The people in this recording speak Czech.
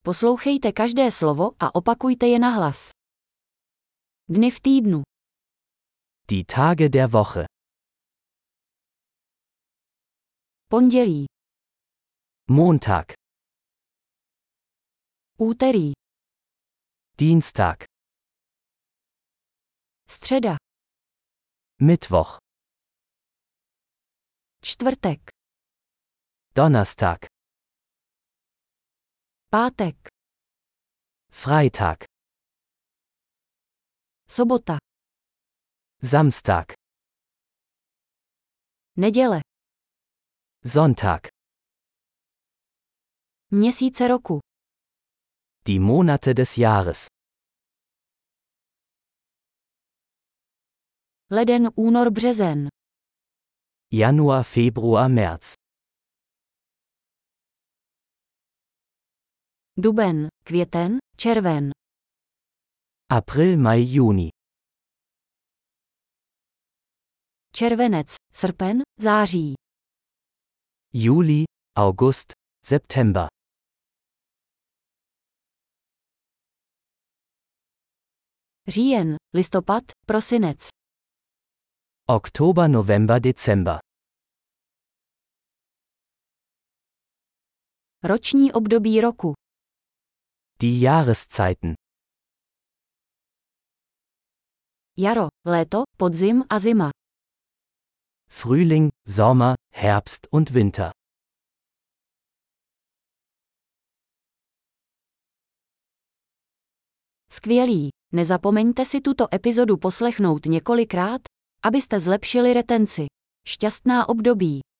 Poslouchejte každé slovo a opakujte je nahlas. Dny v týdnu. Die Tage der Woche. Pondělí, Montag, úterý, Dienstag, středa, Mittwoch, čtvrtek, Donnerstag, pátek, Freitag, sobota, Samstag, neděle, Sonntag. měsíce roku. Die Monate des Jahres. Leden, únor, březen. Januar, Februar, März. Duben, květen, červen. April, Mai, Juni. Červenec, srpen, září. Juli, August, September. Říjen, listopad, prosinec. Oktober, November, Dezember. Roční období roku. Die Jahreszeiten. Jaro, léto, podzim a zima. Frühling, Sommer, Herbst und Winter. Skvělý. Nezapomeňte si tuto epizodu poslechnout několikrát, abyste zlepšili retenci. Šťastná období.